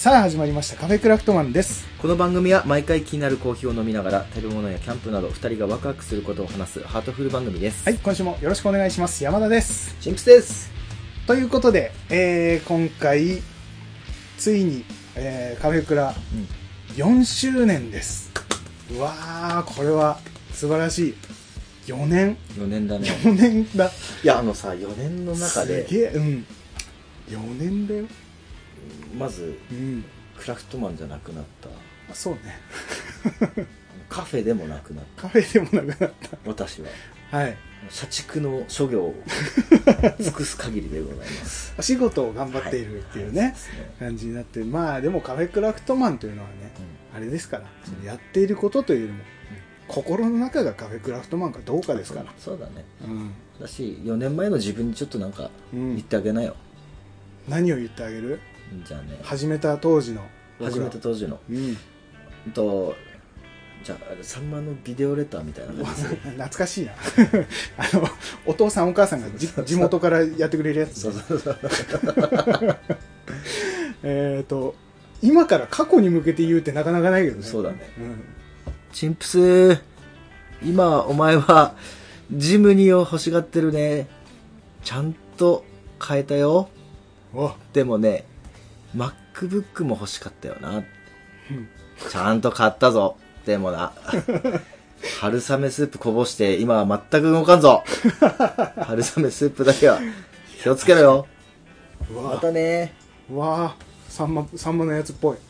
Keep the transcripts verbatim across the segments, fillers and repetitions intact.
さあ始まりましたカフェクラフトマンです。 この番組は毎回気になるコーヒーを飲みながら食べ物やキャンプなどふたりがワクワクすることを話すハートフル番組です。 はい、今週もよろしくお願いします。山田です。 チンプスです。 ということで、えー、今回ついに、えー、カフェクラよんしゅうねんです、うん、うわーこれは素晴らしい。よねんよねんだね。 よねんだ。 いやあのさよねんの中ですげえ、うん、よねんだよ。 まず、 うん、 クラフトマンじゃなくなった。 あ、そうねカフェでもなくなった。 カフェでもなくなった私ははい社畜の諸行を尽くす限りでございますお仕事を頑張っているっていうね、はいはい、ね感じになって、まあでもカフェクラフトマンというのはね、うん、あれですから、うん、やっていることというよりも、うん、心の中がカフェクラフトマンかどうかですから。 そうだね、 うん、 だしよねんまえの自分にちょっとなんか言ってあげなよ、 うん、何を言ってあげる？ じゃあね、 始めた当時の始めた当時の、うん、とじゃあさんまのビデオレターみたいな感じで懐かしいなあのお父さんお母さんがじ地元からやってくれるやつ、ね、そうそうそうえっと今から過去に向けて言うってなかなかないけどね。 そうだね、うん、チンプス今お前はジムニーを欲しがってるね。ちゃんと変えたよ。でもねMacBook も欲しかったよな、うん、ちゃんと買ったぞ。でもな春雨スープこぼして今は全く動かんぞ春雨スープだけは気をつけろよ。またね。 うわーサンマ、サンマのやつっぽい。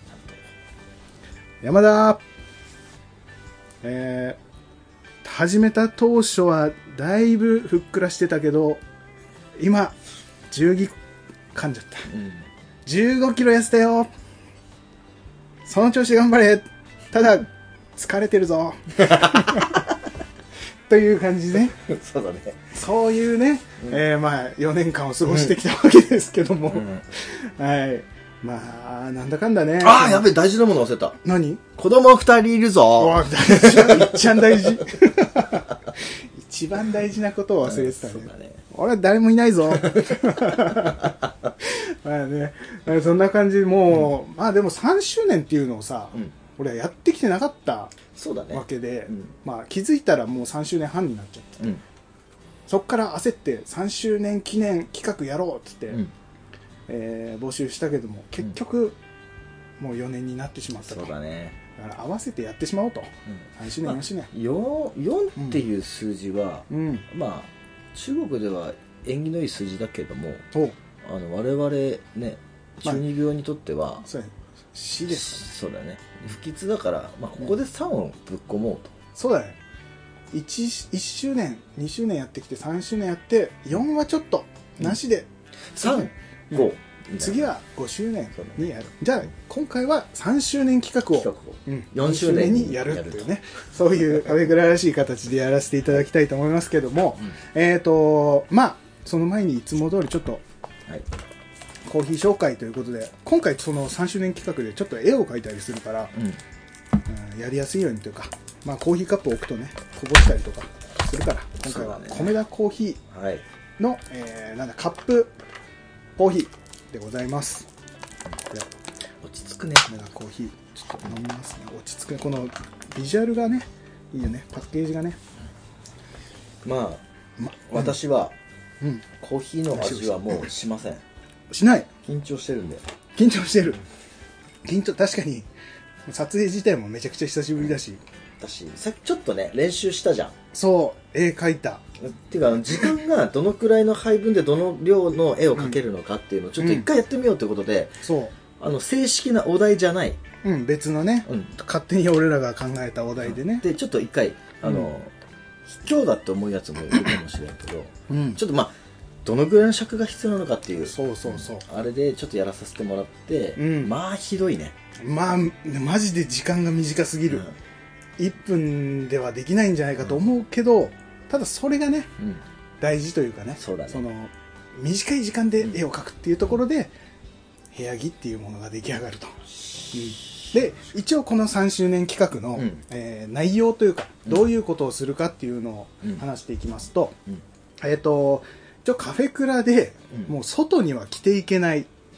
山田えー、始めた当初はだいぶふっくらしてたけど今じゅうぎ噛んじゃった、うん、じゅうごキロ痩せたよ。その調子頑張れ。ただ疲れてるぞという感じでそうだね、 そういうね、うん、えー、まあよねんかんを過ごしてきたわけですけども、うん、はいまあなんだかんだね。 ああやべえ大事なもの忘れた。 何？ 子供ふたりいるぞ。 大事一番大事一番大事なことを忘れてたね。うん、そうだね。俺は誰もいないぞまあねそんな感じでもう、うん、まあでもさんしゅうねんっていうのをさ、うん俺はやってきてなかったわけで、ねうんまあ、気づいたらもうさんしゅうねんはんになっちゃって、うん、そっから焦ってさんしゅうねん記念企画やろうっつって、うんえー、募集したけども結局、うん、もうよねんになってしまったと。 そうだね。 だから合わせてやってしまおうと、うん、さんしゅうねんよんしゅうねん、まあ、 よん, よんっていう数字は、うん、まあ中国では縁起のいい数字だけどもあの我々ね中二病にとっては、まあそう死ですからね。そうだね不吉だから、まあ、ここでさんをぶっ込もうと、うん、 そうだね 1, いっしゅうねんにしゅうねんやってきてさんしゅうねんやってよんはちょっとなしで、うん、 さん、ご、 うん、次はごしゅうねんにやる。じゃあ今回はさんしゅうねん企画を、うん、よんしゅうねんにやるっていうねそういうカフェクラらしい形でやらせていただきたいと思いますけども、うん、えっとまあその前にいつも通りちょっと、はいコーヒー紹介ということで今回そのさんしゅうねん企画でちょっと絵を描いたりするから、うんうん、やりやすいようにというか、まあ、コーヒーカップを置くとねこぼしたりとかするから今回は米田コーヒーの、はいえー、なんだカップコーヒーでございます。これ落ち着くね。 米田コーヒーちょっと飲みますね。落ち着くね。このビジュアルがねいいよね。パッケージがねまあ、ま、私は、うん、コーヒーの味はもうしません。 しない。 緊張してるんで。 緊張してる。緊張確かに撮影自体もめちゃくちゃ久しぶりだし。 だしさっきちょっとね練習したじゃん。 そう絵描いた。 っていうか時間がどのくらいの配分でどの量の絵を描けるのかっていうのをちょっと一回やってみようということで、うん、そうあの正式なお題じゃない。 うん別のね、うん、勝手に俺らが考えたお題でね。 でちょっと一回あの、うん、卑怯だって思うやつもいるかもしれんけど、うん、ちょっとまあどのぐらいの尺が必要なのかっていうそうそうそうあれでちょっとやらさせてもらって、うん、まあひどいね。 まあマジで時間が短すぎる、うん、いっぷんではできないんじゃないかと思うけど、うん、ただそれがね、うん、大事というかね、 そうだね、 その短い時間で絵を描くっていうところで、うん、部屋着っていうものが出来上がると、うん、で一応このさんしゅうねん企画の、うんえー、内容というかどういうことをするかっていうのを話していきますと、うん、えっと一応カフェクラでもう外には着ていけない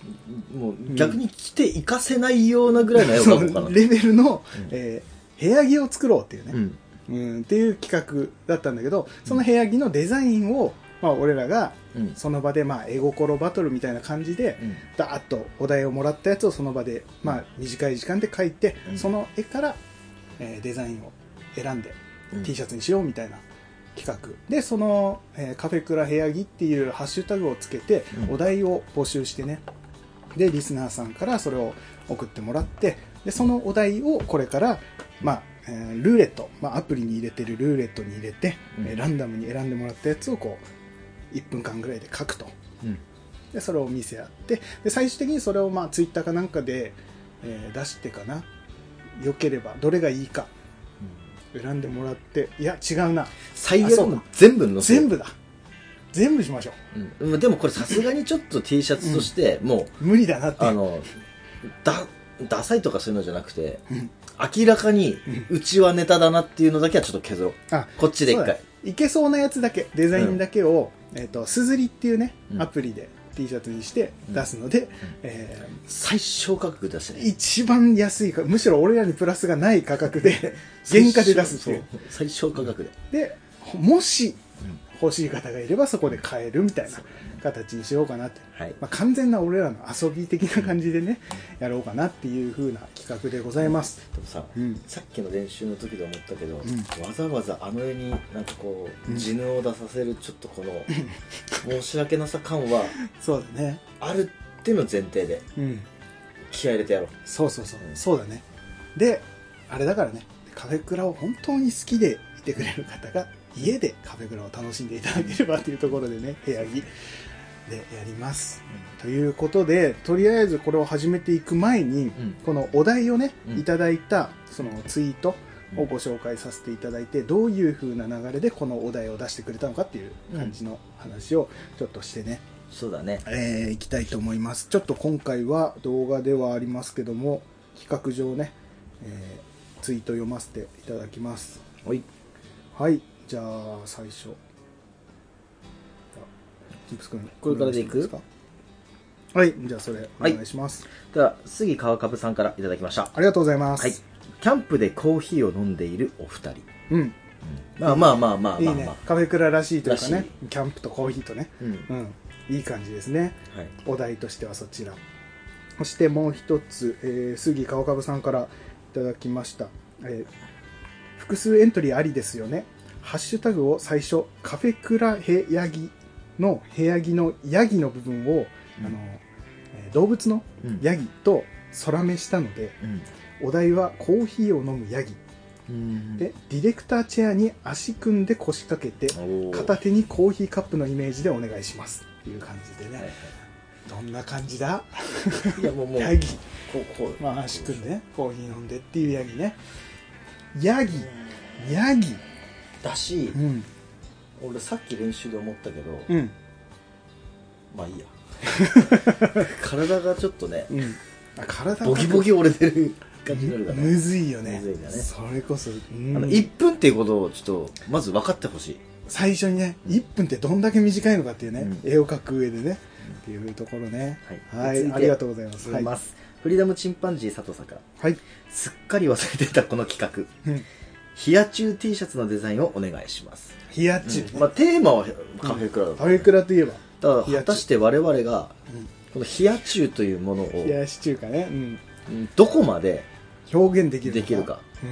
もう逆に着ていかせないようなぐらいの絵を描こうかな、 レベルの、うんえー、部屋着を作ろうっていうね、うんうん、っていう企画だったんだけど、その部屋着のデザインを、まあ、俺らがその場で、まあ、絵心バトルみたいな感じで、うん、ダーッとお題をもらったやつをその場で、まあ、短い時間で描いて、うん、その絵から、えー、デザインを選んで、うん、T シャツにしようみたいな企画で、その、えー、カフェクラ部屋着っていうハッシュタグをつけて、うん、お題を募集してね、でリスナーさんからそれを送ってもらって、でそのお題をこれから、まあえー、ルーレット、まあ、アプリに入れてるルーレットに入れて、うん、ランダムに選んでもらったやつをこういっぷんかんぐらいで書くと、うん、でそれを見せ合って、で最終的にそれをまあツイッターかなんかで、えー、出してかな、よければどれがいいか選んでもらって、いや違うな、 最悪も全部の全部だ全部しましょう、うん、でもこれさすがにちょっと T シャツとしてもう、 うん、無理だなって、 あのだダサいとかそういうのじゃなくて、うん、明らかにうちはネタだなっていうのだけはちょっと削ろう、うん、あこっちで一回いけそうなやつだけ、デザインだけを、うんえー、とすずりっていうね、うん、アプリで T シャツにして出すので、うんえー、 最小価格出してね、 一番安いか、むしろ俺らにプラスがない価格で原価で出すっていう最小価格で、 でもし欲しい方がいればそこで買えるみたいな形にしようかなって、はいまあ、完全な俺らの遊び的な感じでね、うん、やろうかなっていう風な企画でございます。 でもさ、うん、さっきの練習の時で思ったけど、うん、わざわざあの絵になんかこう地ぬを出させるちょっとこの申し訳なさ感はそうだね、 あるっていうの前提で気合入れてやろう、 うん、そうそうそう、うん、そうだね。であれだからね、カフェクラを本当に好きでいてくれる方が家でカフェクラを楽しんでいただければというところでね、部屋着でやります、うん、ということで、とりあえずこれを始めていく前に、うん、このお題をね、うん、いただいたそのツイートをご紹介させていただいて、どういう風な流れでこのお題を出してくれたのかっていう感じの話をちょっとしてね、 うん、そうだね、 えー、いきたいと思います。ちょっと今回は動画ではありますけども、企画上ね、えー、ツイート読ませていただきます。 はい、 はい、じゃあ最初ジップス君これからでいく？ はい、じゃあそれお願いします。 はい、では杉川株さんからいただきました。 ありがとうございます。 はい、キャンプでコーヒーを飲んでいるお二人。うん、うん、まあまあまあまあまあ、まあ、 いいね、カフェクラらしいというかね、キャンプとコーヒーとね、うん、うん、いい感じですね、はい、お題としてはそちら。そしてもう一つ、えー、杉川株さんからいただきました。えー複数エントリーありですよね。ハッシュタグを最初カフェクラ部屋着の部屋着のヤギの部分を、うん、あの動物のヤギと空目したので、うん、お題はコーヒーを飲むヤギ、うん、でディレクターチェアに足組んで腰掛けて片手にコーヒーカップのイメージでお願いしますっていう感じでね、はいはい、どんな感じだいやもうもうヤギこうこう、まあ、足組んでねコーヒー飲んでっていうヤギね、ヤギヤギだし、うん、俺さっき練習で思ったけど、うん、まあいいや体がちょっとね、うん、あ体ボキボキ折れてる感じになるから、 むずいよね、むずいよね、それこそ、うん、あのいっぷんっていうことをちょっとまず分かってほしい。 最初にね、いっぷんってどんだけ短いのかっていうね、うん、絵を描く上でね、っていうところね、はい、はい、ありがとうございます。 はい、フリーダムチンパンジー佐藤さんから、はい、すっかり忘れてたこの企画、うん冷や中 T シャツのデザインをお願いします。 冷や中、ね、 うんまあ、テーマはカフェクラだ、ね、 カフェクラといえばだから果たして我々がこの冷や中というものを冷やし中華ね、うん、 どこまで表現できるかできるか、 うん、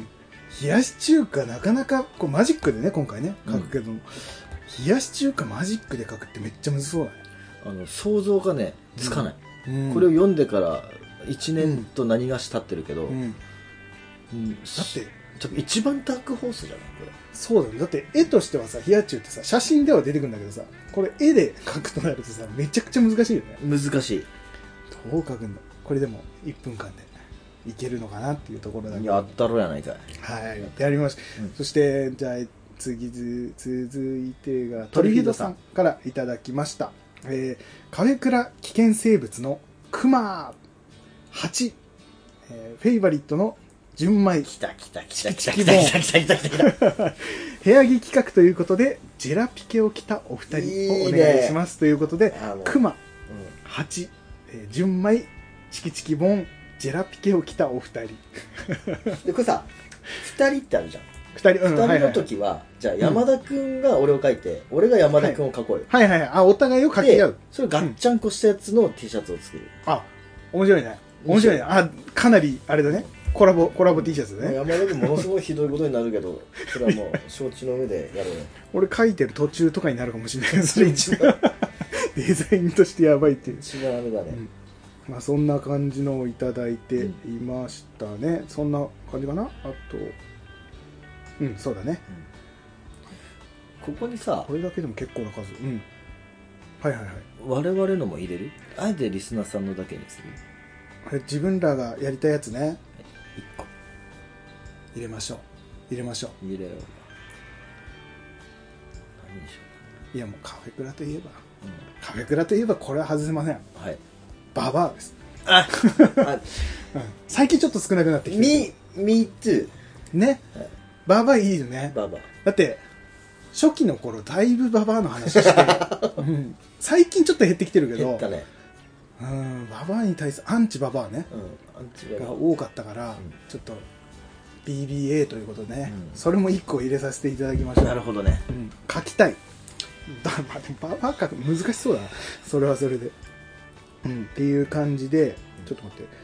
冷やし中華なかなかこうマジックでね今回ね書くけど、うん、冷やし中華マジックで書くってめっちゃむずそうだね。 あの想像がねつかない、うん、これを読んでからいちねんと何がし経ってるけど、うんうん、だって一番ダークホースじゃないこれ。 そうだね。だって絵としてはさ、冷や中ってさ、写真では出てくるんだけどさ、これ絵で描くとなるとさ、めちゃくちゃ難しいよね。 難しい。 どう描くんだ。これでもいっぷんかんでいけるのかなっていうところだけど。 やったろやないかい。 はい、やりました。うん、そしてじゃあ次ず続いてがトリフィドさんからいただきました。えー、カフェクラ危険生物のクマはち、えー、フェイバリットの純米きたきたきたきたきたきたきたきたきた部屋着企画ということでジェラピケを着たお二人をお願いしますということでクマはちえー、純米チキチキボンジェラピケを着たお二人でこれさふたりってあるじゃん。 ふたり、うん、 ふたりの時は、はいはい、じゃあ山田くんが俺を描いて、うん、俺が山田くんを描こうよ。 はいはいはい。あ、お互いを描き合う。 それガッチャンコしたやつの T シャツを作る。 うん、あ、面白いね。面白いね。あ、かなりあれだね。コラボコラボ T シャツね。 山田くんものすごいひどいことになるけど、それはもう承知の上でやろうよ。 俺描いてる途中とかになるかもしれないけど、それ一番デザインとしてやばいっていう。 一番あれだね。 うんまあ、そんな感じのをいただいていましたね、うん、そんな感じかな。あとうんそうだね、 うん、ここにさこれだけでも結構な数、うん、はいはいはい。 我々のも入れる？あえてリスナーさんのだけにする？ あれ自分らがやりたいやつね、はい、いっこ入れましょう入れましょう入れよう。何にしよう。いやもうカフェクラといえば、うん、カフェクラといえばこれは外せません。 はいババアです。 ああ、 うん、最近ちょっと少なくなってきてる。 Me, me too ね、はい、ババアいいよね。 ババアだって初期の頃だいぶババアの話してる、うん、最近ちょっと減ってきてるけど減ったね。 うん、ババアに対するアンチババアね、 うん、アンチババアが多かったから、うん、ちょっと ビービーエー ということでね、うん、それもいっこ入れさせていただきましょう。 なるほどね、 うん、書きたいだ、まあ、でもババア書く難しそうだなそれはそれで、うん、っていう感じでちょっと待って。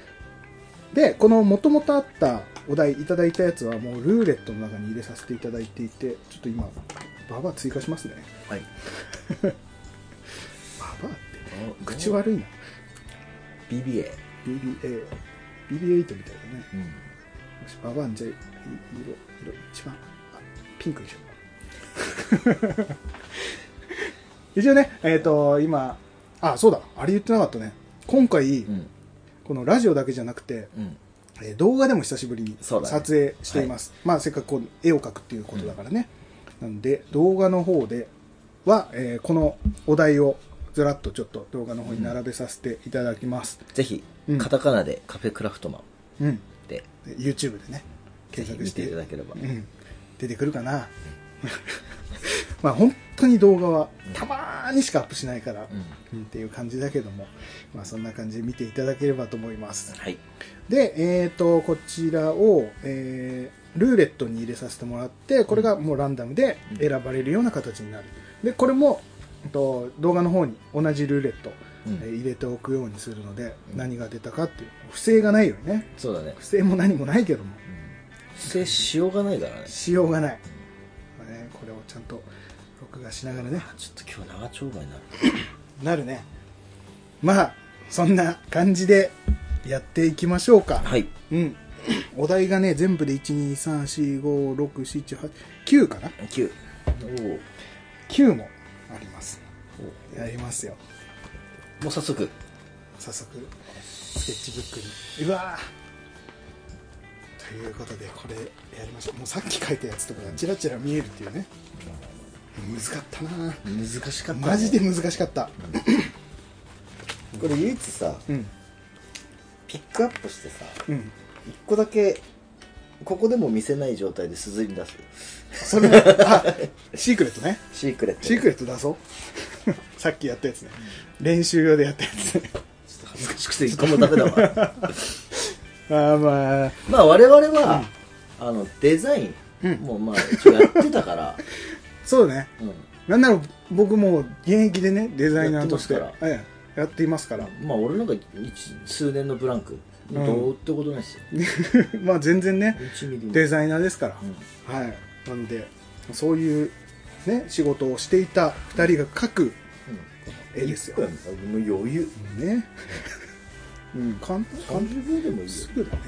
でこのもともとあったお題いただいたやつはもうルーレットの中に入れさせていただいていて、ちょっと今ババア追加しますね。 はいババアって口悪いな。 ビービーエービービーエー ビービーエイト みたいだね、うん、よしババアじゃあ色色一番あピンクにしよう一応ねえっ、ー、と今あそうだあれ言ってなかったね今回、うん、このラジオだけじゃなくて、うんえー、動画でも久しぶりに撮影しています、ねはい、まあせっかくこう絵を描くっていうことだからね、うん、なんで動画の方では、えー、このお題をずらっとちょっと動画の方に並べさせていただきます、 うん、ぜひ、うん、カタカナでカフェクラフトマンで、 うん、YouTube でね検索して見ていただければ、うん、 出てくるかなまあ本当に動画はたまーにしかアップしないから、うん、っていう感じだけども、まあ、そんな感じで見ていただければと思います、 はい、 で、えーとこちらを、えー、ルーレットに入れさせてもらってこれがもうランダムで選ばれるような形になる。でこれもと動画の方に同じルーレット、うんえー、入れておくようにするので、うん、何が出たかっていう不正がないようにね。 そうだね。 不正も何もないけども、うん、 不正しようがないからね。 しようがない、うんね、これをちゃんと録画しながらね。 ちょっと今日長丁場になるなるね。まあそんな感じでやっていきましょうか。 はい、 うん、お題がね全部でいちにさんしごろくしちはちきゅうかな。 きゅうおきゅうもあります。やりますよ。 もう早速早速スケッチブックにうわーということでこれやりましょう。もうさっき書いたやつとかがチラチラ見えるっていうね。難かったな。 難しかった、ね、 マジで難しかった、 うん、これ唯一さ、うん、ピックアップしてさ、 うん、 いっこだけここでも見せない状態で鈴に出す。 それあシークレットね。 シークレットシークレット出そうさっきやったやつね、うん、練習用でやったやつね。ちょっと恥ずかしくていっこもダメだわあまあまあ我々は、うん、あのデザイン、うん、もうまあ一応やってたからそうね、うん、なんなら僕も現役でねデザイナーとしてやってやっていますから。 まあ俺なんか数年のブランクどうってことないですよ、うん、まあ全然ねデザイナーですから、うん、はい。なのでそういうね仕事をしていたふたりが描く絵ですよ。 もう余裕ねうん簡単さんじゅうびょうでもいいよ。 すぐだね。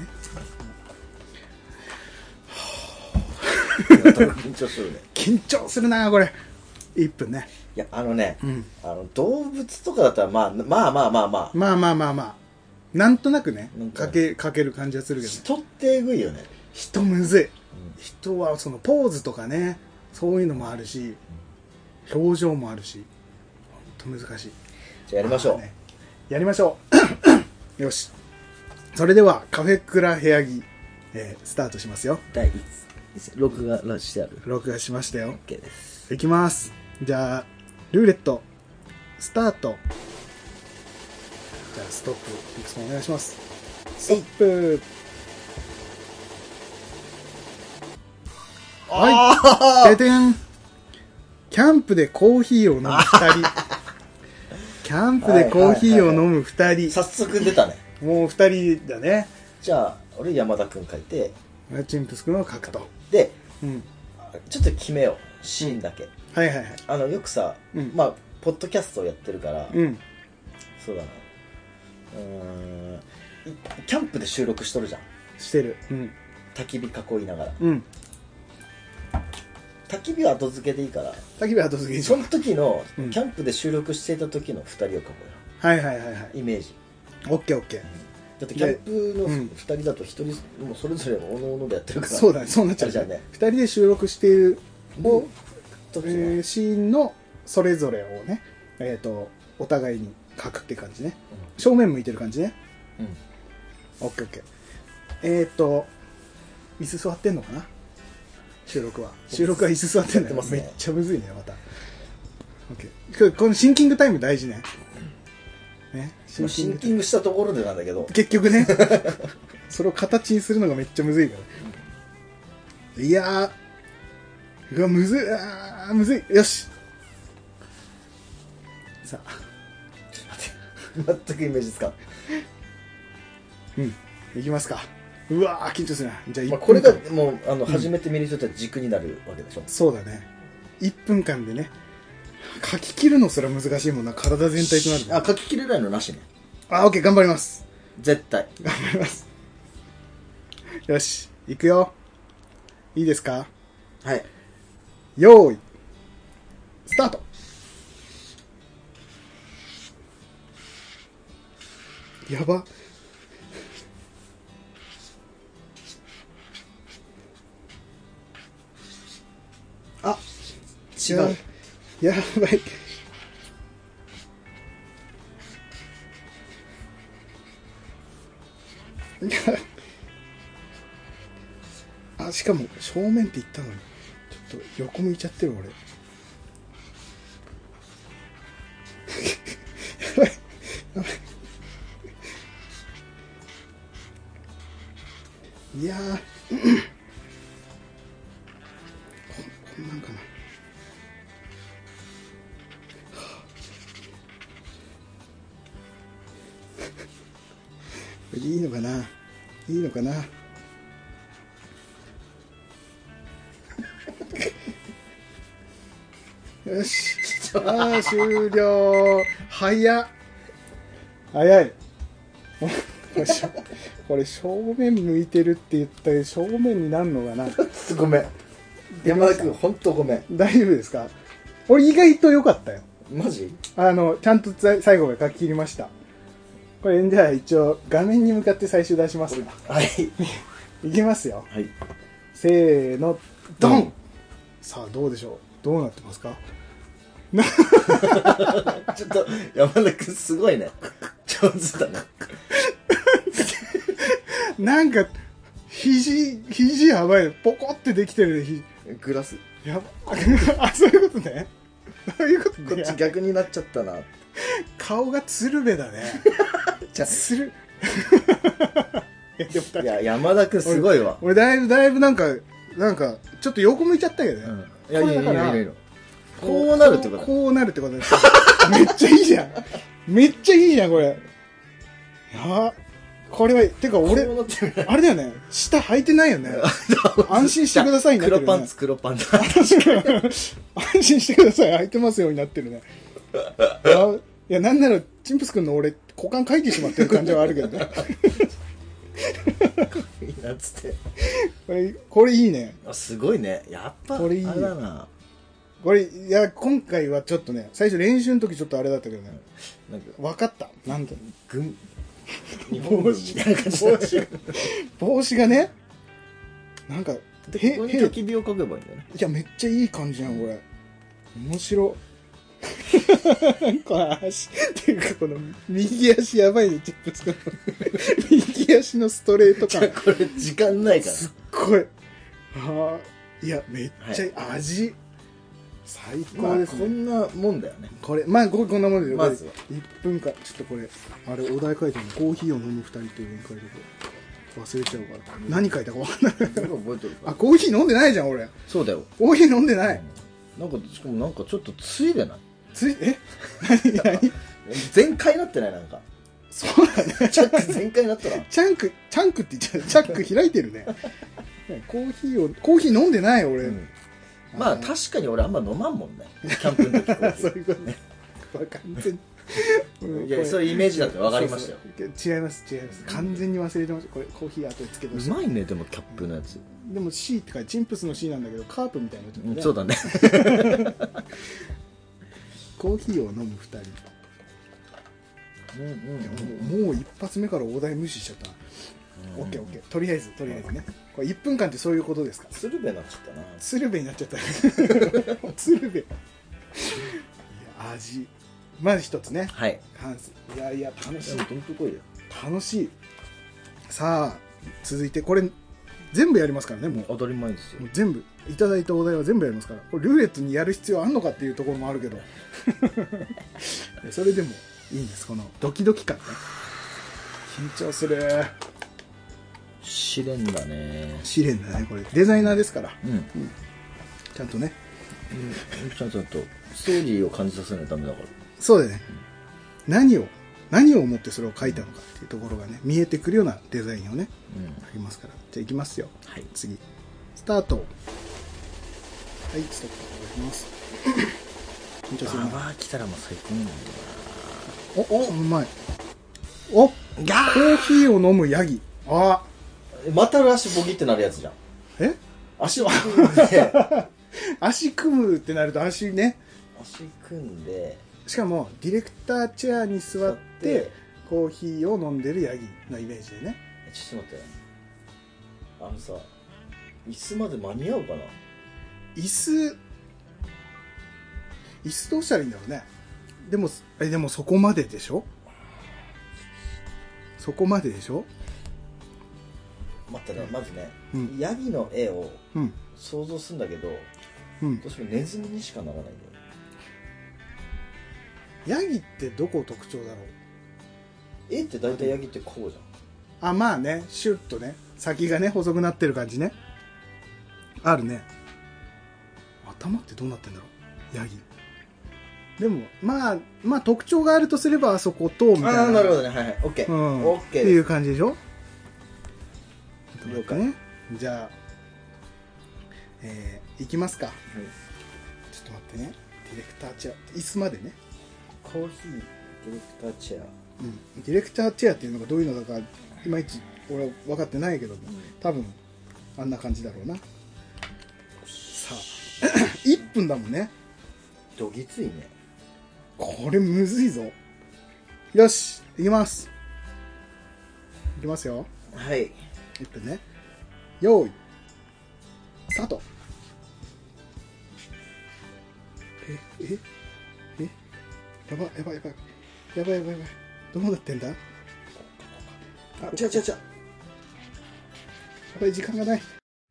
緊張するね。 緊張するなこれ。いっぷんね。 いやあのね、 うん、 あの動物とかだったらまあまあまあまあまあまあまあまあまあなんとなくねかけかける感じはするけど、ね、 人ってえぐいよね。 人むずい、うん、人はそのポーズとかねそういうのもあるし、うん、表情もあるし本当難しい。 じゃあやりましょう、ね、 やりましょうよしそれではカフェクラ部屋着、えー、スタートしますよ。 第一録画してある。 録画しましたよ。 OK です。 いきます。じゃあルーレットスタート。じゃあストップいくつかお願いします。ストップ。はい、ててん。キャンプでコーヒーを飲むふたり。キャンプでコーヒーを飲むふたり。 早速出たね。 もうふたりだね。 じゃあ俺山田くん書いてチンプスくんを書くと。 で、うん、ちょっと決めようシーンだけ、うん、 はいはいはい。 あのよくさ、うん、まあポッドキャストをやってるから、うん、そうだな、うーん、キャンプで収録しとるじゃん。 してる、うん、 焚き火囲いながら、うん、焚き火は後付けでいいから、 焚き火は後付けにしよう。その時の、うん、キャンプで収録していた時のふたりを書こうよ。 はいはいはいはい。 イメージ。 オッケーオッケー。 だってキャンプのふたりだとひとりもうそれぞれおのおのでやってるから。 そうだね、そうなっちゃうじゃんね。ふたりで収録しているを、うん、えー、シーンのそれぞれをね、えっとお互いに書くって感じね、うん、正面向いてる感じね。うん。オッケーオッケー。えっと椅子座ってんのかな、収録は。収録は椅子座ってんのよ、ね、めっちゃむずいねまた。オッケー。このシンキングタイム大事ね。ね、 シンキング、シンキングしたところでなんだけど結局ねそれを形にするのがめっちゃむずいから、いやー、うわむずい、あーむずい。よし、さあちょっと待って全くイメージつかうんいきますか。うわー緊張するな。じゃあ、 まあ、これがもうあの、うん、初めて見る人たち軸になるわけでしょ。 そうだね。いっぷんかんでね書き切るのすら難しいもんな。体全体となる。 あ、書き切れないのなしね。 あ、オッケー、頑張ります。 絶対頑張ります。よし、いくよ。いいですか。 はい。 よーいスタート。やば。あ、違う。やばい。あ、しかも正面って言ったのにちょっと横向いちゃってる俺。やばいやばい。いやーここんなんかな。いいのかな、いいのかな。よし、あー終了。早っ早いこれ正面向いてるって言ったら正面になるのかなごめん山田君本当ごめん。 大丈夫ですか。俺意外と良かったよ。 マジ。 あのちゃんと最後まで書き切りました。これじゃあ一応画面に向かって最終出しますか。 はいいきますよ、 はい、 せーのドン、うん、さあどうでしょう。どうなってますかちょっと山田君すごいね、上手だねなんか肘肘やばい、ポコってできてるね。 グラスやばあ、そういうことね。そういうことね。 こっち逆になっちゃったな。 顔が鶴瓶だね。じゃあ鶴いやでもいや山田君すごいわ。 俺、俺だいぶだいぶなんかなんかちょっと横向いちゃったけどね、うん、 いやいやいやいやいやこうなるってことこうなるってことですめっちゃいいじゃん。めっちゃいいじゃんこれ。やこれはてか俺あれだよね、下履いてないよね。安心してくださいになってる、ね、 黒パンツ黒パンツ安心してください履いてますようになってるね。いやなんならチンプス君の俺股間書いてしまってる感じはあるけどねいいなっつってこれこれいいね。 あすごいね。やっぱこれいいあれだな。 これいや今回はちょっとね最初練習の時ちょっとあれだったけどね、なんか分かった。なんと軍帽子帽子帽子がねなんかでここに焚き火をかけばいいんだよね。 いやめっちゃいい感じやんこれ。面白この足っていうかこの右足やばいねチップスの右足のストレート感。 これ時間ないからすっごい。あいやめっちゃ、はい、味最高ですね、 まあ、こんなもんだよね。 これまあここんなもんですよ。 まずはいっぷんかんちょっとこれあれお題書いてるのコーヒーを飲むふたりというふうに書いてる忘れちゃうから、うん、何書いたか分かんない覚えてるかあコーヒー飲んでないじゃん俺。 そうだよ、 コーヒー飲んでない、 うん、なんかしかもなんかちょっとついでないついえ何何全開なってないなんかそうだねチャック全開なったらチャンクチャンクって言っちゃうチャック開いてるねコーヒーをコーヒー飲んでない俺、うん、 まあ確かに俺あんま飲まんもんねキャンプの時そういうことね完全にいやそういうイメージだって分かりましたよ。 そうそう違います違います完全に忘れてました。これコーヒー後でつけてました。 うまいねでもキャップのやつ、 うん、でも C って書いてチンプスの C なんだけどカープみたいなちょっと、ね、 そうだねコーヒーを飲むふたり、うんうんうん、もう一発目からお題無視しちゃったな。オッケーオッケーとりあえずとりあえずねこれいっぷんかんってそういうことですか。 鶴瓶になっちゃったな。 鶴瓶になっちゃった鶴瓶いや味まず一つね。 はい。 いやいや楽しい。 本当来いよ。 楽しい。さあ続いてこれ全部やりますからね。もう当たり前ですよ。 もう全部いただいたお題は全部やりますから。これルーレットにやる必要あんのかっていうところもあるけどそれでもいいんです。このドキドキ感ね。緊張する。 試練だね。 試練だねこれ。デザイナーですから、 うんうん、 ちゃんとね、 うん、ちゃんとストーリーを感じさせないとダメだから。 そうだね、うん、何を何を思ってそれを書いたのかっていうところがね見えてくるようなデザインをね、うん、ありますから。じゃあいきますよ、 はい、 次スタート。はいストップお願いします緊張するな。 ババア来たらもう最高なんだよな。おおうまい。おコーヒーを飲むヤギ。あまた足ボギってなるやつじゃん。 え足を組んで足組むってなると足ね足組んでしかもディレクターチェアに座ってコーヒーを飲んでるヤギのイメージでね。 ちょっと待って、あのさ椅子まで間に合うかな。 椅子椅子どうしたらいいんだろうね。でもえでもそこまででしょ。そこまででしょ。 待ってね、まずね、 うん、 ヤギの絵を想像するんだけど、うん、どうしてもネズミにしかならないんだよ。ヤギってどこ特徴だろう。 絵って大体ヤギってこうじゃん。あまあねシュッとね先がね細くなってる感じねあるね。頭ってどうなってんだろうヤギ。でもまあまあ特徴があるとすればあそことみたいな。 ああなるほどねはいはいオッケー、うん、オッケーっていう感じでしょ。了解ね。じゃあ、えー、いきますか、はい、ちょっと待ってね。ディレクターチェア椅子までね。 コーヒーディレクターチェア、 うん、ディレクターチェアっていうのがどういうのだかいまいち俺は分かってないけども、うん、多分あんな感じだろうな。さあいっぷんだもんね。 どぎついねこれむずいぞ。よしいきますいきますよ。 はいいっぷんね。用意スタート。えええやばいやばいやばいやばいやばいやばいどうなってんだ。あ違う違う違うやばい時間がない。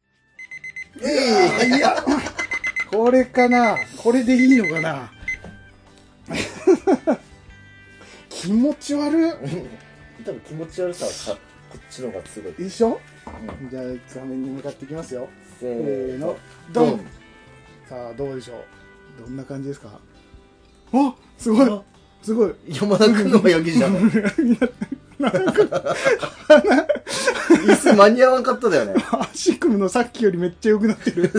えー、いやこれかな。これでいいのかな気持ち悪い多分気持ち悪さはこっちの方がすごい。 いいでしょ、うん、じゃあ画面に向かっていきますよ。 せーのドン。さあどうでしょう。どんな感じですか。あすごいすごい。 山田君のヤギじゃん椅子間に合わんかっただよね足組むのさっきよりめっちゃ良くなってる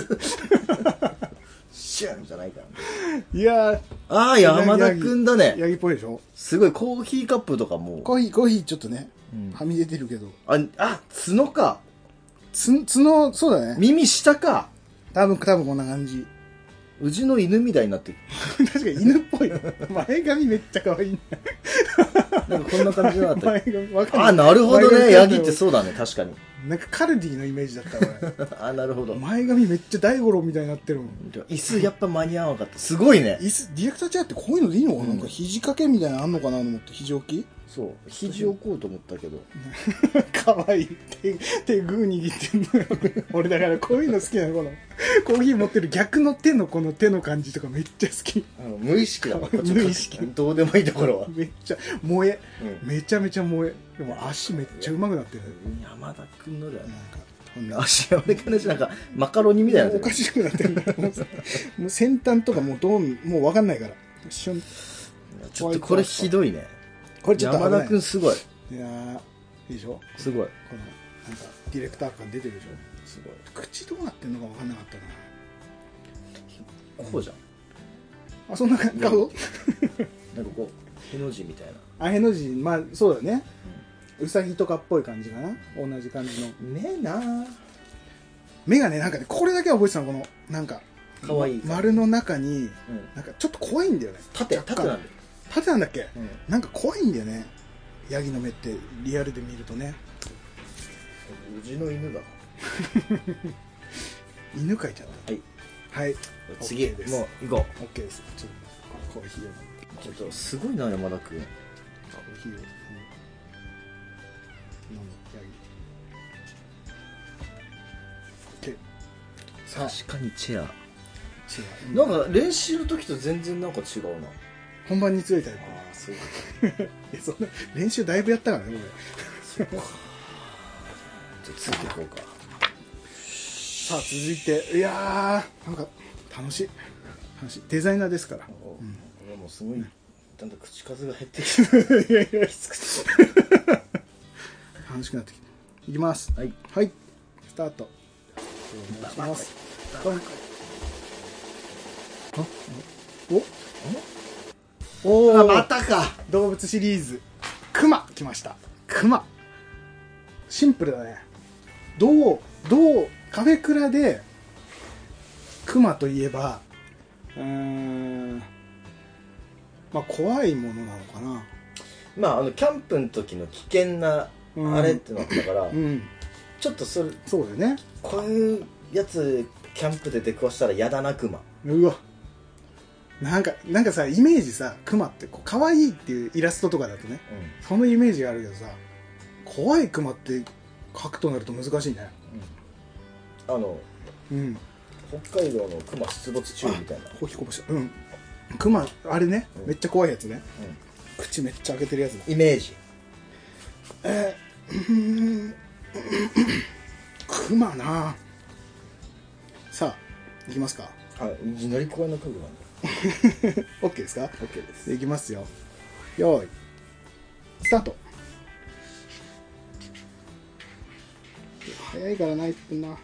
シュンじゃないから、 ね、いやーああ山田君だね。 ヤギっぽいでしょ。 すごいコーヒーカップとかもコーヒーコーヒーちょっとね、うん、はみ出てるけど。 ああ角か。 つ角そうだね。 耳下か。 多分多分こんな感じ。 うちの犬みたいになってる確かに犬っぽい前髪めっちゃ可愛いなんかこんな感じだった前髪分かる。 あなるほどね。ヤギってそうだね確かに。 なんかカルディのイメージだった俺あなるほど。 前髪めっちゃ大五郎みたいになってるもん。 椅子やっぱ間に合わなかった。すごいね。 椅子ディレクターチェアってこういうのでいいのかな、うん、なんか肘掛けみたいなのあんのかなと思って。肘置き。 そう肘置こうと思ったけどかわいい。手手グー握ってんのよ俺だからこういうの好きなの。このコーヒー持ってる逆の手のこの手の感じとかめっちゃ好き。 あの無意識だもん。 無意識。 どうでもいいところは。 めっちゃ萌え、 うん、 めちゃめちゃ萌え。でも足めっちゃ上手くなってる。 山田君のだよね。 なんかこんな足山田君の足なんかマカロニみたいな。 おかしくなってる。もう先端とかもうどうもう分かんないから。 ちょっとこれひどいね。 これちょっと山田君すごい。 いやーいいでしょ。 すごい。 このなんかディレクター感出てるでしょ。 すごい。 口どうなってんのか分かんなかったな。 こうじゃん。 あ、そんな顔。 なんかこうへの字みたいな。 あ、への字、まあそうだね。うさぎとかっぽい感じかな。同じ感じの。 目な。 目がね、なんかね、これだけは覚えてたの、このなんかかわいい丸の中に、 うん、 なんかちょっと怖いんだよね。 縦縦なんだよ。 縦なんだっけ、 うん、 なんか怖いんだよね。ヤギの目ってリアルで見るとね。 うちの犬だ。 犬描いちゃった。 はいはい。 次 OK です。 もう行こう。OK です。ちょっとコーヒーを。 ちょっとすごいな山田君。 コーヒーを飲む。ヤギ。OK。さあ、 確かにチェア。 チェア。なんか練習の時と全然なんか違うな。 本番に強いタイプ。 ああ、そういや、そんな練習だいぶやったからね、 そうか。じゃあついていこうか。 さあ続いて、いやーなんか楽しい楽しい。デザイナーですから。 お、うん、俺もすごいだんだん口数が減ってきて。いやいやきつくて楽しくなってきて。いきます。 はいはい。スタート。お願いします。あ、おおお、またか。動物シリーズクマ来ました。クマシンプルだね。どうどうカフェクラでクマといえばうーんまあ怖いものなのかな。 まああのキャンプの時の危険なあれってなったから、 うん、 ちょっとそれそうだよね。 こういうやつキャンプで出くわしたらやだなクマ。 うわ、なんかなんかさ、イメージさ、クマってこう可愛いっていうイラストとかだとね、うん、そのイメージがあるけどさ、怖いクマって描くとなると難しいね。 うん、あの、 うん、 北海道のクマ出没中みたいな。 ほきこぼした。うん。クマあれね、うん、めっちゃ怖いやつね。うん、口めっちゃ開けてるやつだ。 イメージ。 えー、うんクマな。さあ、いきますか。 はい。いきなり怖いなクマ。 オッケーですか。 オッケーです。 いきますよ。よーいスタート。早いからないってな。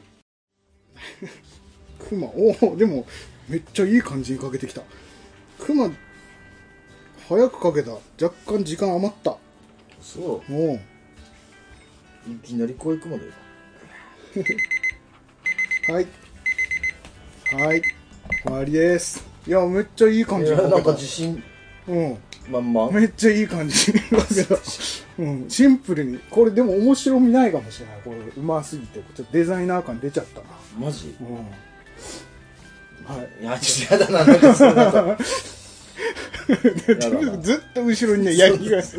クマ、おお、でもめっちゃいい感じにかけてきた。クマ早くかけた。若干時間余った。 そう。 おお、 いきなり怖いクマだよ。 はいはい終わりです。いや、めっちゃいい感じにかけた。 なんか自信うんまんま。 めっちゃいい感じだけど、うん、シンプルにこれでも面白みないかもしれない。これうますぎてちょっとデザイナー感出ちゃったな。 マジ？ うん、 はい。いや、ちょっとやだな、なんかそんなとずっと後ろにねヤギがヤ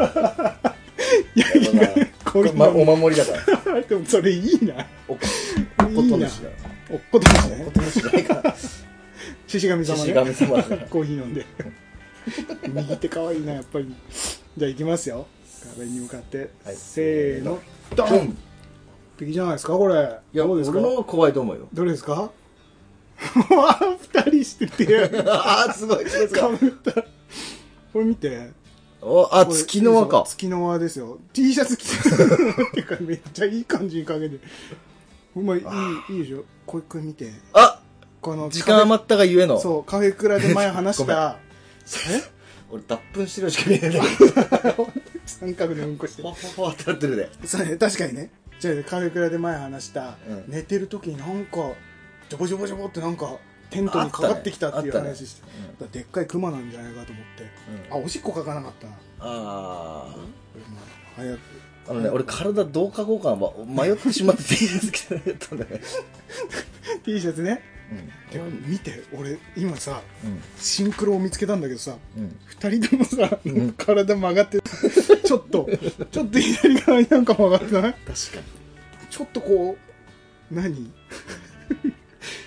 ギがこれ、ま、お守りだからでもそれいいな。 おっことむしだ。 おっことむしね。 おっことむしじゃないか。 獅子神様ね。 獅子神様コーヒー飲んで右手かわいいなやっぱり。じゃあ行きますよ。壁に向かって、はい、せーのドン。敵じゃないですかこれ。 いや、どうですか。俺の方が怖いと思うよ。 どれですか。二人しててああすごいすごいかぶった。これ見て。 お、あ、月の輪か。 月の輪ですよ。T シャツ着てってかめっちゃいい感じにかけて。お前いいいいでしょ。これこれ見て。 あ、 この時間余ったがゆえの。 そう、カフェクラで前話したえ俺脱粉してるしか見えない。 三角でうんこしてファファファってなってるで。 そうね、確かにね。じゃあカフェクラで前話した、うん、寝てる時になんかジョボジョボジョボってなんかテントにかかってきたっていう話して、ねね、うん、でっかいクマなんじゃないかと思って、うん、あ、おしっこかかなかったな。ああ、うん、早くあのね、俺体どうかごうか迷ってしまって T シャツ着てなかったんだね。 T シャツね、うん、でも見て俺今さ、うん、シンクロを見つけたんだけどさ、うん、ふたりともさ、うん、体曲がってちょっとちょっと左側になんか曲がってない？確かにちょっとこう何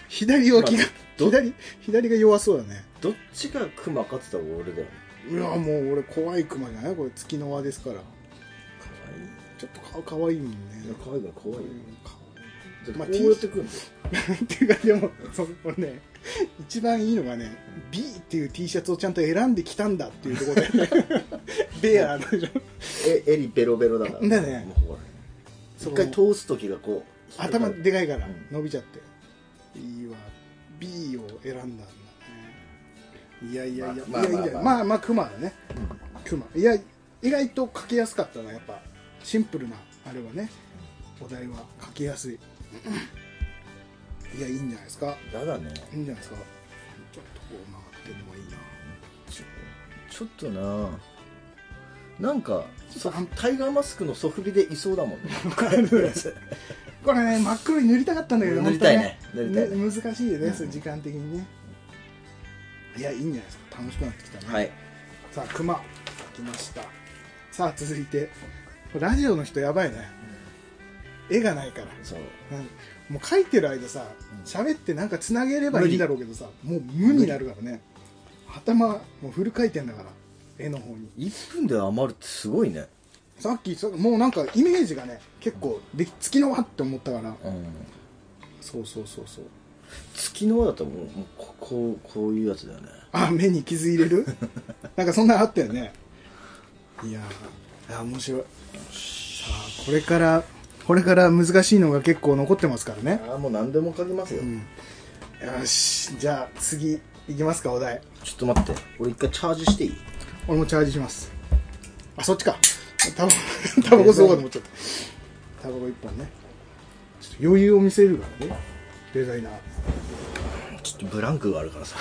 左脇が、まあ、左左が弱そうだね。 どっちがクマ勝ってたら俺だよね。 いやもう俺怖いクマじゃないこれ。月の輪ですから。かわいい。ちょっと顔かわいいもんね。 かわいいから怖いよ。 まあ、 こうやってくるんだよ。 っていうかでもそこれね一番いいのがね B っていう T シャツをちゃんと選んできたんだっていうところでベアーのえ襟ベロベロだからだね。 一回通す時がこう頭でかいから伸びちゃって、うん、いいわ B を選んだんだね。いやいやいや、まあ、いやいやいやまあまあクマだね、うん、クマいや意外と書きやすかったな。やっぱシンプルなあれはね、お題は書きやすい。いやいいんじゃないですか。 やだね。 いいんじゃないですか。ちょっとこう曲がってるのがいいな。 ちょ、ちょっとななんかタイガーマスクのソフビでいそうだもんねこれね真っ黒に塗りたかったんだけど塗りたいね、塗りたいね、難しいよね、うん、時間的にね。いやいいんじゃないですか。楽しくなってきたね。はい。さあクマ書きました。さあ続いてラジオの人やばいね、うん、絵がないから。そう、うん、もう書いてる間さ喋ってなんかつなげればいいんだろうけどさ、もう無になるからね。頭もうフル回転だから絵の方にいっぷんで余るってすごいね。 さっきもうなんかイメージがね結構で月の輪って思ったから、うん、そうそうそうそう。 月の輪だともうここうこういうやつだよね。 あ、目に傷入れるなんかそんなのあったよね。いやー面白い。さあこれからこれから難しいのが結構残ってますからね。 ああもう何でも書きますよ、うん、 よしじゃあ次いきますか。お題ちょっと待って、俺一回チャージしていい？ 俺もチャージします。あ、そっちか。タバタバコすごいと思っちゃった。タバコ一本ね。ちょっと余裕を見せるからねデザイナー。 ちょっとブランクがあるからさ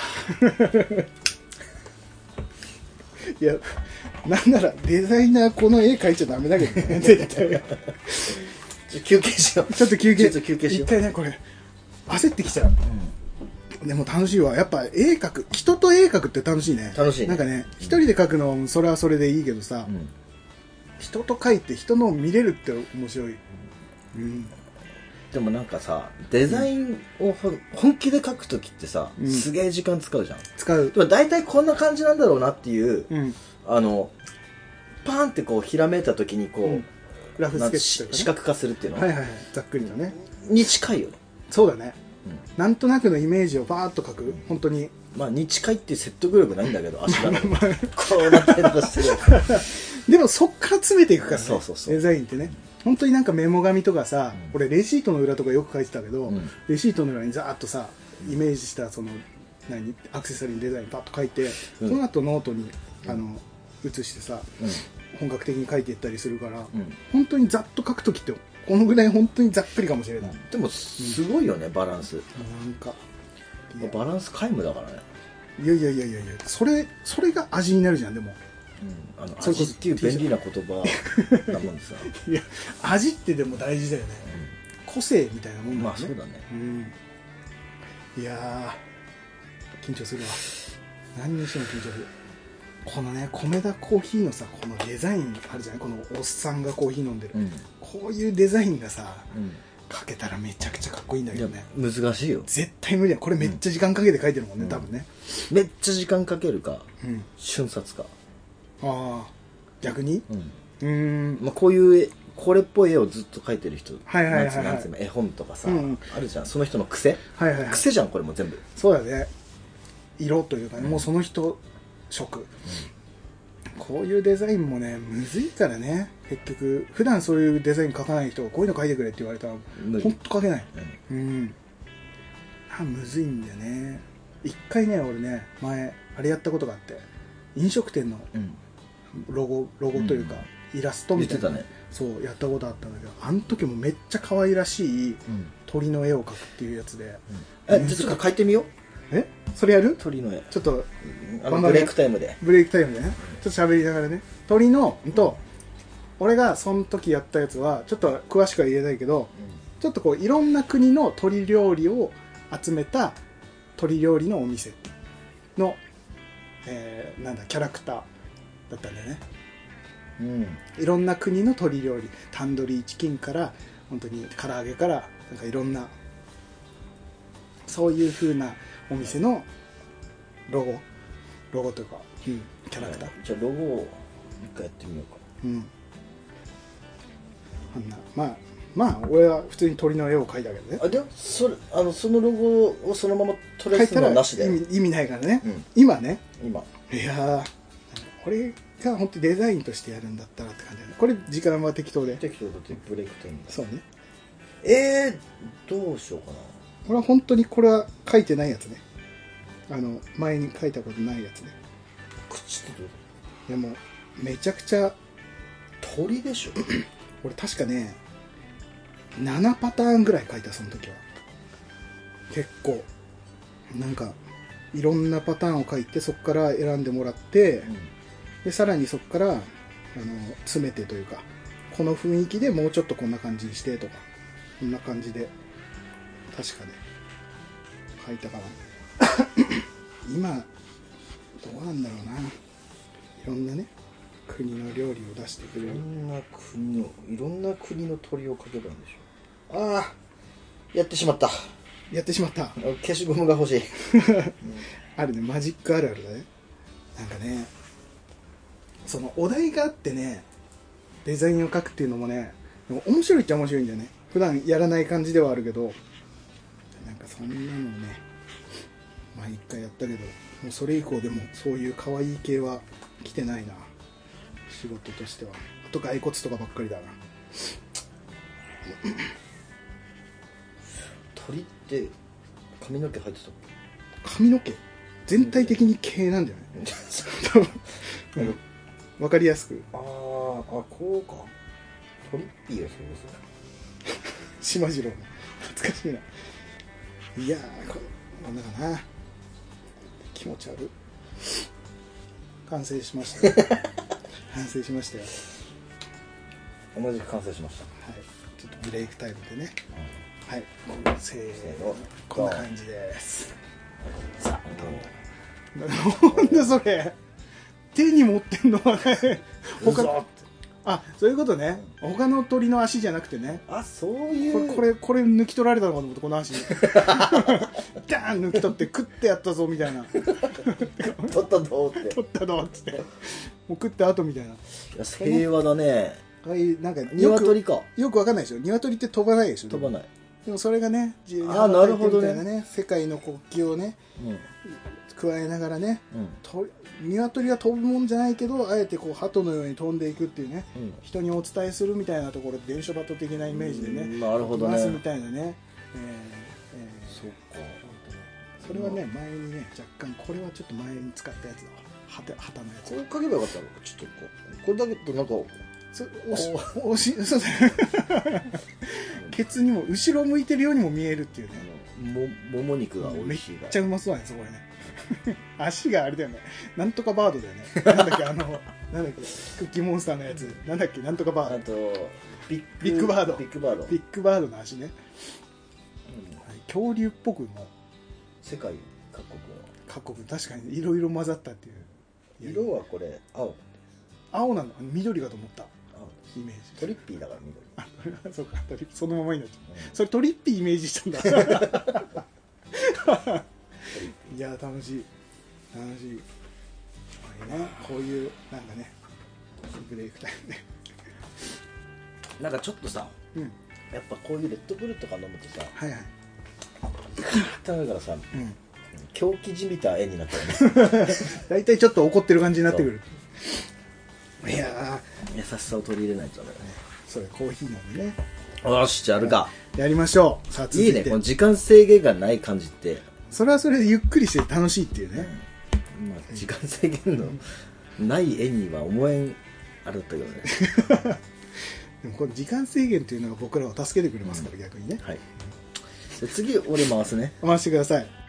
いやなんならデザイナーこの絵描いちゃダメだけどね絶対休憩しよう。 ちょっと休憩。 ちょっと休憩しよう。 一回ねこれ焦ってきちゃう、うん、でも楽しいわ。やっぱ絵描く、人と絵描くって楽しいね。 楽しいね。 なんかね一人で描くのそれはそれでいいけどさ、うん、人と描いて人のを見れるって面白い、うん、 でもなんかさデザインを本気で描くときってさ、うん、すげえ時間使うじゃん。 使う。 でも大体こんな感じなんだろうなっていう、うん、あのパーンってこうひらめいたときにこう、うん、 ラフスケッチとか、ね、 視覚化するっていうのは、 はいはいはい、ざっくりとねに近いよね。 そうだね、うん、なんとなくのイメージをバーッと描く、うん、本当にまあに近いって説得力ないんだけど足がこうなってるとしてるでもそっから詰めていくからね。 そうそうそう。 デザインってね本当になんかメモ紙とかさ、うん、俺レシートの裏とかよく書いてたけど、うん、レシートの裏にザーッとさイメージしたその何アクセサリーのデザインパッと書いて、うん、その後ノートにあの写してさ、うん、本格的に書いていったりするから、うん、本当にざっと書くときってこのぐらい本当にざっくりかもしれない、うん、 でもすごいよね、バランス。 なんかバランス皆無だからね。 いやいやいやいやいやそれそれが味になるじゃん。でもうん、あの味っていう便利な言葉なもんでさいや味ってでも大事だよね、うん、個性みたいなもんだよね。 まあそうだね、 うん、いやー緊張するわ。何にしても緊張する。このね米田コーヒーのさこのデザインあるじゃない。このおっさんがコーヒー飲んでる、うん、こういうデザインがさ、うん、かけたらめちゃくちゃかっこいいんだけどね。 難しいよ。 絶対無理や。これめっちゃ時間かけて書いてるもんね、うん、多分ね。 めっちゃ時間かけるか、うん、瞬殺か。 ああ逆に、うん、 うーん、まあ、こういう絵これっぽい絵をずっと描いてる人、 はいはいはいはい、 なんつうの絵本とかさ、うん、あるじゃん。その人の癖、 はいはいはい、 癖じゃんこれも全部。 そうだね。色というかね、うん、もうその人色、うん、こういうデザインもねむずいからね。結局普段そういうデザイン描かない人がこういうの描いてくれって言われたらほんと描けない。うん、うん、あむずいんだよね。一回ね俺ね前あれやったことがあって、飲食店のロゴ、ロゴというか、うん、イラストみたいな、ね、そうやったことあったんだけど、あの時もめっちゃ可愛らしい鳥の絵を描くっていうやつで、 うん、えちょっと描いてみよう。 えそれやる？ 鳥の絵ちょっとあのブレイクタイムでブレイクタイムでねちょっと喋りながらね鳥のと、うん、俺がその時やったやつはちょっと詳しくは言えないけど、うん、ちょっとこういろんな国の鳥料理を集めた鳥料理のお店の、えー、なんだキャラクターだったんだよね、うん、いろんな国の鳥料理、タンドリーチキンから本当に唐揚げからなんかいろんなそういう風なお店のロゴロゴというか、うん、キャラクター。 じゃあロゴを一回やってみようか。 うん。あんなまあまあ俺は普通に鳥の絵を描いたけどね。 あでもそれあのそのロゴをそのままトレースのなしで意味、意味ないからね、うん、今ね今いやーこれが本当にデザインとしてやるんだったらって感じだね。これ時間は適当で適当だってブレイクタイムそうね。 えー、どうしようかな。 これは本当にこれは書いてないやつね。あの前に書いたことないやつね。 口ってどうでもめちゃくちゃ鳥でしょ俺確かねななパターンぐらい書いたその時は。結構なんかいろんなパターンを書いてそこから選んでもらって、うん、でさらにそこからあの詰めてというかこの雰囲気でもうちょっとこんな感じにしてとかこんな感じで確かね書いたかな今どうなんだろうな。いろんなね国の料理を出してくれる。 いろんな国のいろんな国の鳥を描けばいいんでしょ。ああやってしまったやってしまった消しゴムが欲しいあるねマジックあるあるだね。なんかねそのお題があってねデザインを描くっていうのもねでも面白いっちゃ面白いんだよね。普段やらない感じではあるけどなんかそんなのをねまあ一回やったけどもうそれ以降でもそういう可愛い系は来てないな仕事としては。あと骸骨とかばっかりだな鳥って髪の毛入ってた。 髪の毛全体的に毛なんじゃないうん、分かりやすく。 ああこうかトリッピーがそうですね島次郎の懐かしいな。いやーこれなんだかな気持ち悪い。完成しましたよ完成しましたよ。 同じく完成しました。 はいちょっとブレイクタイムでね、うん、はいせーのこんな感じです。さあなんだそれ手に持ってんのはね他あそういうことね。他の鳥の足じゃなくてね。 あそういうこれこれこれ抜き取られたのかと思ってこの足ダーン抜き取って食ってやったぞみたいな取ったぞって取ったぞっつってもう食った後みたいな。いや平和だね。 なんか鶏かよくわかんないでしょ。鶏って飛ばないでしょ。 飛ばない。 でもそれがねあなるほどね世界の国旗をね、うん加えながらね、うん、と鶏は飛ぶもんじゃないけどあえてこう鳩のように飛んでいくっていうね、うん、人にお伝えするみたいなところで伝書バト的なイメージでね、 なるほどね回すみたいなね、えーえー、 そっか。 それはね前にね若干これはちょっと前に使ったやつだわ。旗旗のやつこう書けばよかったの。ちょっとこうこれだけとなんかそおしおしそうだねケツにも後ろ向いてるようにも見えるっていうね。 ももも肉が美味しいがめっちゃうまそうだねそこね足があれだよねなんとかバードだよねなんだっけあのなんだっけクッキーモンスターのやつなんだっけなんとかバード。 あとビッビッグバードビッグバードビッグバードの足ね、うんはい、恐竜っぽくも世界各国の各国確かにいろいろ混ざったっていう色はこれ青青なの緑かと思ったイメージ。 トリッピーだから緑。 あそうかトリそのままになっちゃう、うん、それトリッピーイメージしたんだいや楽しい楽しい、いいね、こういうなんかねブレイクタイムねなんかちょっとさ、うん、やっぱこういうレッドブルとか飲むとさはいはいだからさ、うん、狂気じみた絵になっちゃうねだいたいちょっと怒ってる感じになってくる。いや優しさを取り入れないとダメだね。 それコーヒー飲んでね。 よしじゃあやるか。 やりましょう。さあ続いていいねこの時間制限がない感じってそれはそれでゆっくりして楽しいっていうね、 うんまあ、時間制限のない絵には思えんあれだったけどねでもこの時間制限というのが僕らを助けてくれますから、うん、逆にね。 はい。次俺回すね。 回してください。